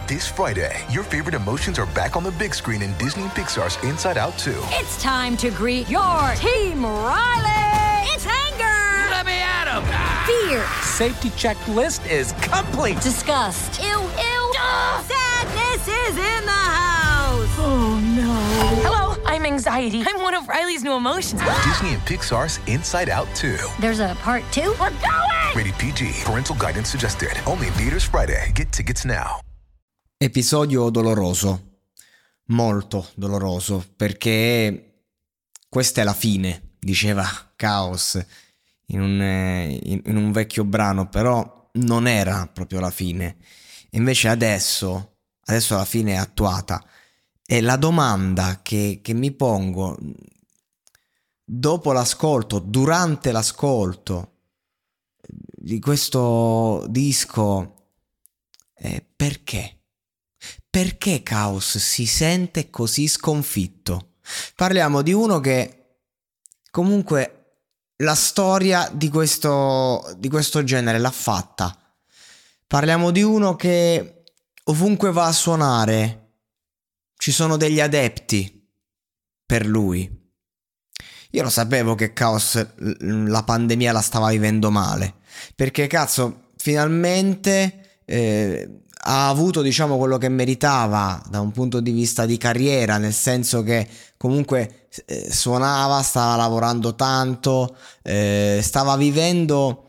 This Friday, your favorite emotions are back on the big screen in Disney and Pixar's Inside Out 2. It's time to greet your Team Riley! It's anger! Let me at him! Fear! Safety checklist is complete! Disgust! Ew! Sadness is in the house! Oh no! Hello, I'm anxiety. I'm one of Riley's new emotions. Disney and Pixar's Inside Out 2. There's a part 2? We're going! Rated PG. Parental guidance suggested. Only in theaters Friday. Get tickets now. Episodio doloroso, molto doloroso, perché questa è la fine, diceva Chaos in un vecchio brano, però non era proprio la fine. Invece adesso la fine è attuata. E la domanda che mi pongo dopo l'ascolto, durante l'ascolto di questo disco è perché? Perché Chaos si sente così sconfitto? Parliamo di uno che comunque la storia di questo genere l'ha fatta. Parliamo di uno che ovunque va a suonare ci sono degli adepti per lui. Io lo sapevo che Chaos la pandemia la stava vivendo male, perché cazzo finalmente ha avuto, diciamo, quello che meritava da un punto di vista di carriera, nel senso che comunque suonava, stava lavorando tanto, stava vivendo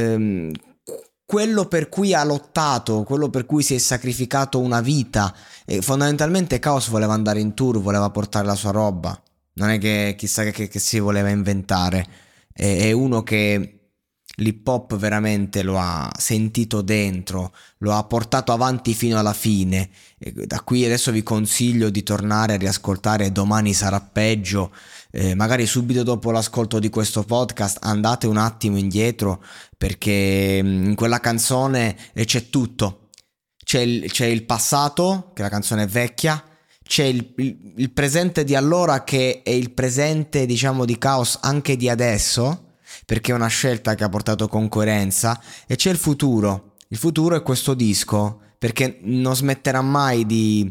quello per cui ha lottato, quello per cui si è sacrificato una vita. E fondamentalmente Chaos voleva andare in tour, voleva portare la sua roba, non è che chissà che si voleva inventare. È uno che l'hip hop veramente lo ha sentito dentro, lo ha portato avanti fino alla fine. E da qui adesso vi consiglio di tornare a riascoltare Domani sarà peggio, magari subito dopo l'ascolto di questo podcast andate un attimo indietro, perché in quella canzone c'è tutto. C'è il passato, che la canzone è vecchia, c'è il presente di allora, che è il presente, diciamo, di Chaos anche di adesso, perché è una scelta che ha portato con coerenza, e c'è il futuro. Il futuro è questo disco, perché non smetterà mai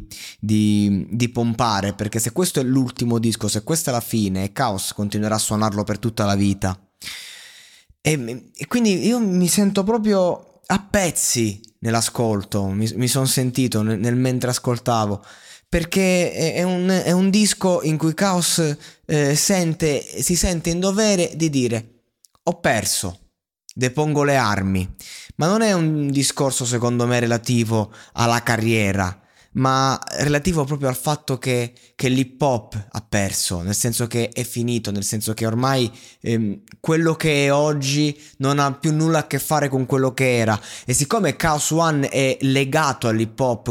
di pompare, perché se questo è l'ultimo disco, se questa è la fine, Chaos continuerà a suonarlo per tutta la vita. E quindi io mi sento proprio a pezzi nell'ascolto, mi sono sentito nel mentre ascoltavo, perché è un disco in cui Chaos si sente in dovere di dire: ho perso, depongo le armi. Ma non è un discorso, secondo me, relativo alla carriera, ma relativo proprio al fatto che l'hip hop ha perso, nel senso che è finito, nel senso che ormai quello che è oggi non ha più nulla a che fare con quello che era. E siccome Chaos One è legato all'hip hop,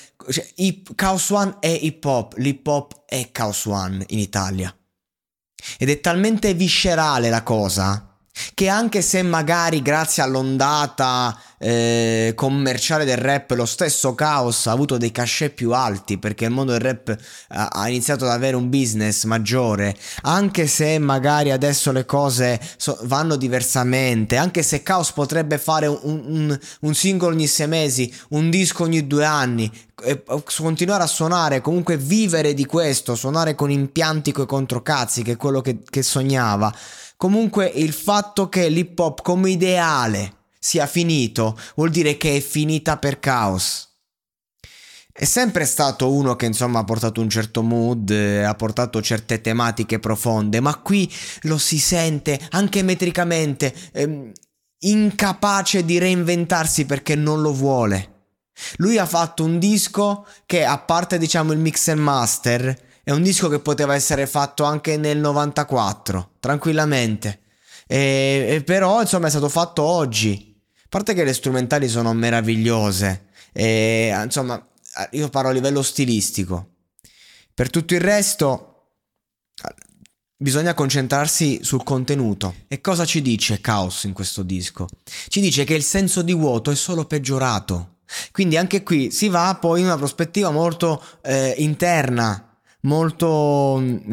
Chaos One è hip hop, l'hip hop è Chaos One in Italia. Ed è talmente viscerale la cosa che anche se magari grazie all'ondata commerciale del rap lo stesso Chaos ha avuto dei cachet più alti, perché il mondo del rap ha iniziato ad avere un business maggiore, anche se magari adesso le cose vanno diversamente, anche se Chaos potrebbe fare un singolo ogni 6 mesi, un disco ogni 2 anni, e continuare a suonare, comunque vivere di questo, suonare con impianti coi controcazzi, che è quello che sognava. Comunque il fatto che l'hip hop come ideale sia finito vuol dire che è finita per Chaos. È sempre stato uno che insomma ha portato un certo mood, ha portato certe tematiche profonde, ma qui lo si sente anche metricamente incapace di reinventarsi perché non lo vuole. Lui ha fatto un disco che, a parte diciamo il mix and master, è un disco che poteva essere fatto anche nel 94, tranquillamente. Però insomma è stato fatto oggi. A parte che le strumentali sono meravigliose. Insomma, io parlo a livello stilistico. Per tutto il resto bisogna concentrarsi sul contenuto. E cosa ci dice Chaos in questo disco? Ci dice che il senso di vuoto è solo peggiorato. Quindi anche qui si va poi in una prospettiva molto interna, molto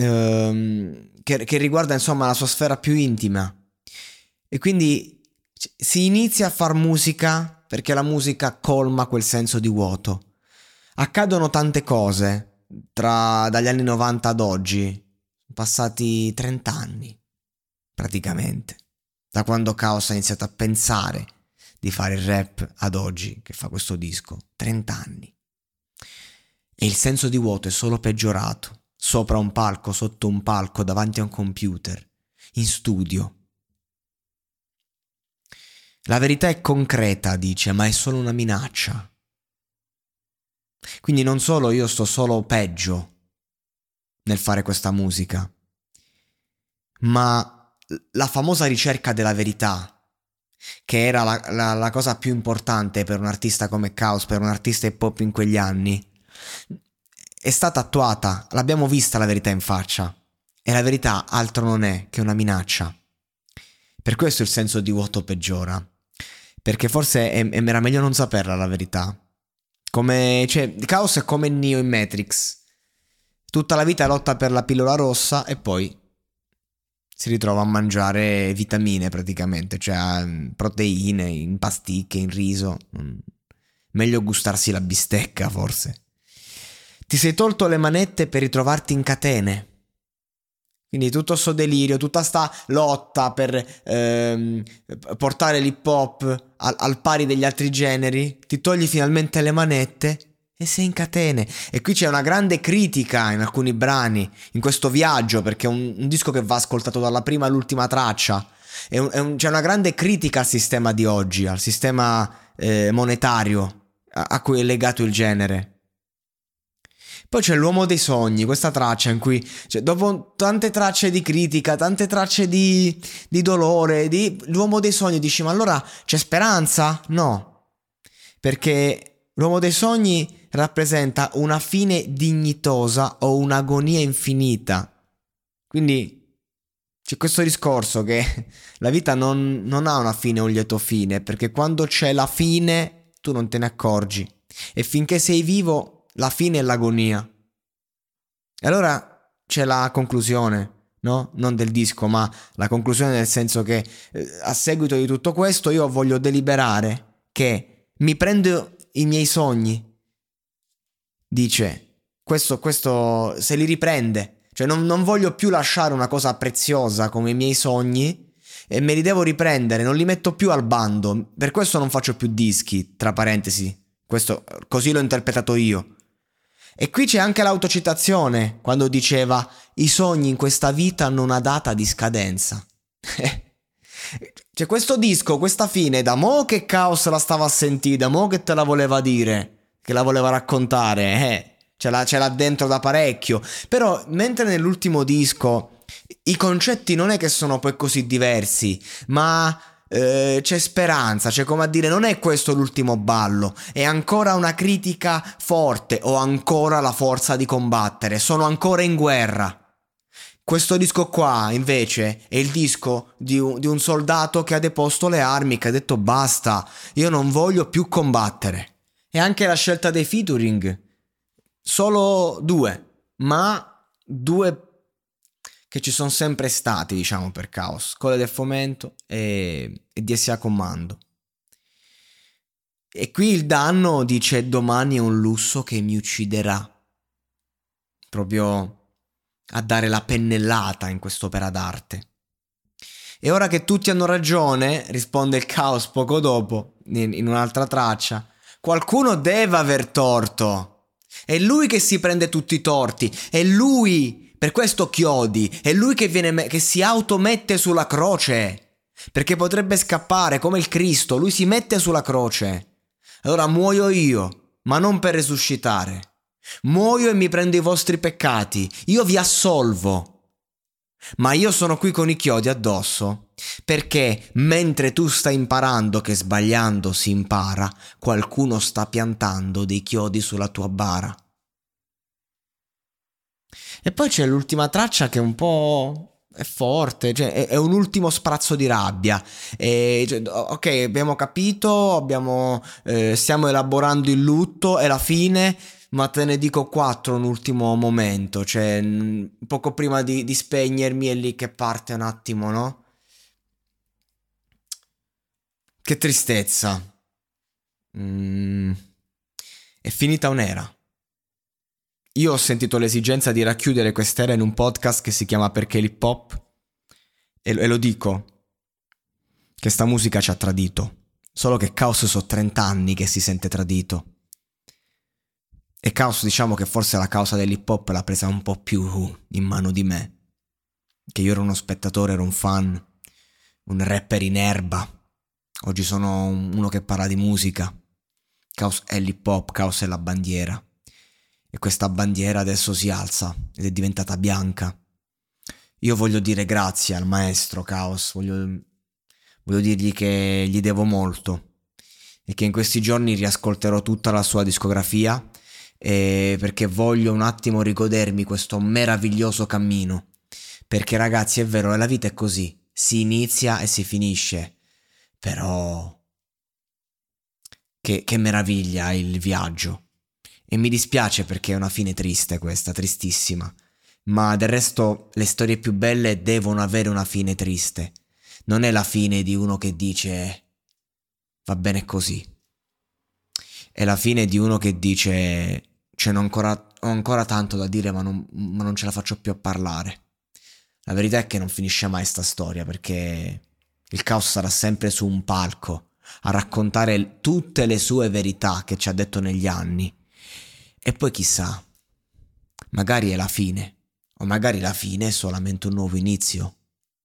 che riguarda insomma la sua sfera più intima. E quindi si inizia a far musica perché la musica colma quel senso di vuoto. Accadono tante cose dagli anni 90 ad oggi. Sono passati 30 anni, praticamente, da quando Chaos ha iniziato a pensare di fare il rap ad oggi, che fa questo disco. 30 anni. E il senso di vuoto è solo peggiorato. Sopra un palco, sotto un palco, davanti a un computer, in studio. La verità è concreta, dice, ma è solo una minaccia. Quindi non solo io sto solo peggio nel fare questa musica, ma la famosa ricerca della verità, che era la cosa più importante per un artista come Chaos, per un artista hip hop in quegli anni, è stata attuata. L'abbiamo vista la verità in faccia, e la verità altro non è che una minaccia. Per questo il senso di vuoto peggiora, perché forse era meglio non saperla la verità. Chaos è come Neo in Matrix. Tutta la vita lotta per la pillola rossa e poi si ritrova a mangiare vitamine praticamente, cioè proteine in pasticche, in riso. Meglio gustarsi la bistecca, forse. Ti sei tolto le manette per ritrovarti in catene. Quindi tutto sto delirio, tutta sta lotta per portare l'hip hop al pari degli altri generi, ti togli finalmente le manette e sei in catene. E qui c'è una grande critica in alcuni brani, in questo viaggio, perché è un disco che va ascoltato dalla prima all'ultima traccia. C'è una grande critica al sistema di oggi, al sistema monetario a cui è legato il genere. Poi c'è l'uomo dei sogni, questa traccia in cui, dopo tante tracce di critica, tante tracce di dolore, l'uomo dei sogni, dici, ma allora c'è speranza? No, perché l'uomo dei sogni rappresenta una fine dignitosa o un'agonia infinita. Quindi c'è questo discorso che la vita non ha una fine o un lieto fine, perché quando c'è la fine tu non te ne accorgi, e finché sei vivo la fine è l'agonia. E allora c'è la conclusione, no? Non del disco, ma la conclusione, nel senso che a seguito di tutto questo io voglio deliberare che mi prendo i miei sogni. Dice, questo se li riprende. Cioè non voglio più lasciare una cosa preziosa come i miei sogni e me li devo riprendere, non li metto più al bando. Per questo non faccio più dischi, tra parentesi. Questo così l'ho interpretato io. E qui c'è anche l'autocitazione, quando diceva: i sogni in questa vita hanno una data di scadenza. Cioè questo disco, questa fine, da mo' che Chaos la stava a sentire, da mo' che te la voleva dire, che la voleva raccontare, ce l'ha dentro da parecchio. Però mentre nell'ultimo disco i concetti non è che sono poi così diversi, ma c'è speranza, c'è, come a dire, non è questo l'ultimo ballo, è ancora una critica forte, ho ancora la forza di combattere, sono ancora in guerra. Questo disco qua invece è il disco di un soldato che ha deposto le armi, che ha detto basta, io non voglio più combattere. E anche la scelta dei featuring, solo 2, ma 2 che ci sono sempre stati, diciamo, per Chaos: Cole del Fomento e DSA Commando. E qui il danno dice: domani è un lusso che mi ucciderà, proprio a dare la pennellata in quest'opera d'arte. E ora che tutti hanno ragione, risponde il Chaos poco dopo in un'altra traccia, qualcuno deve aver torto, è lui che si prende tutti i torti, è lui. Per questo chiodi, è lui che si automette sulla croce, perché potrebbe scappare come il Cristo, lui si mette sulla croce. Allora muoio io, ma non per resuscitare. Muoio e mi prendo i vostri peccati, io vi assolvo. Ma io sono qui con i chiodi addosso, perché mentre tu stai imparando che sbagliando si impara, qualcuno sta piantando dei chiodi sulla tua bara. E poi c'è l'ultima traccia che è un po' è forte, cioè è un ultimo sprazzo di rabbia. Ok, abbiamo capito, stiamo elaborando il lutto, è la fine, ma te ne dico 4 un ultimo momento, cioè poco prima di spegnermi è lì che parte un attimo, no? Che tristezza. È finita un'era. io ho sentito l'esigenza di racchiudere quest'era in un podcast che si chiama Perché l'hip hop, e lo dico, che sta musica ci ha tradito. Solo che Caos so 30 anni che si sente tradito. E Caos, diciamo che forse la causa dell'hip hop l'ha presa un po' più in mano di me. Che io ero uno spettatore, ero un fan, un rapper in erba. Oggi sono uno che parla di musica. Caos è l'hip hop, Caos è la bandiera. E questa bandiera adesso si alza ed è diventata bianca. Io voglio dire grazie al maestro Caos, voglio dirgli che gli devo molto e che in questi giorni riascolterò tutta la sua discografia, perché voglio un attimo rigodermi questo meraviglioso cammino. Perché ragazzi, è vero, la vita è così, si inizia e si finisce, però che meraviglia il viaggio. E mi dispiace perché è una fine triste questa, tristissima, ma del resto le storie più belle devono avere una fine triste. Non è la fine di uno che dice va bene così, è la fine di uno che dice ho ancora tanto da dire ma non ce la faccio più a parlare. La verità è che non finisce mai sta storia, perché il Caos sarà sempre su un palco a raccontare tutte le sue verità che ci ha detto negli anni. E poi chissà, magari è la fine, o magari la fine è solamente un nuovo inizio.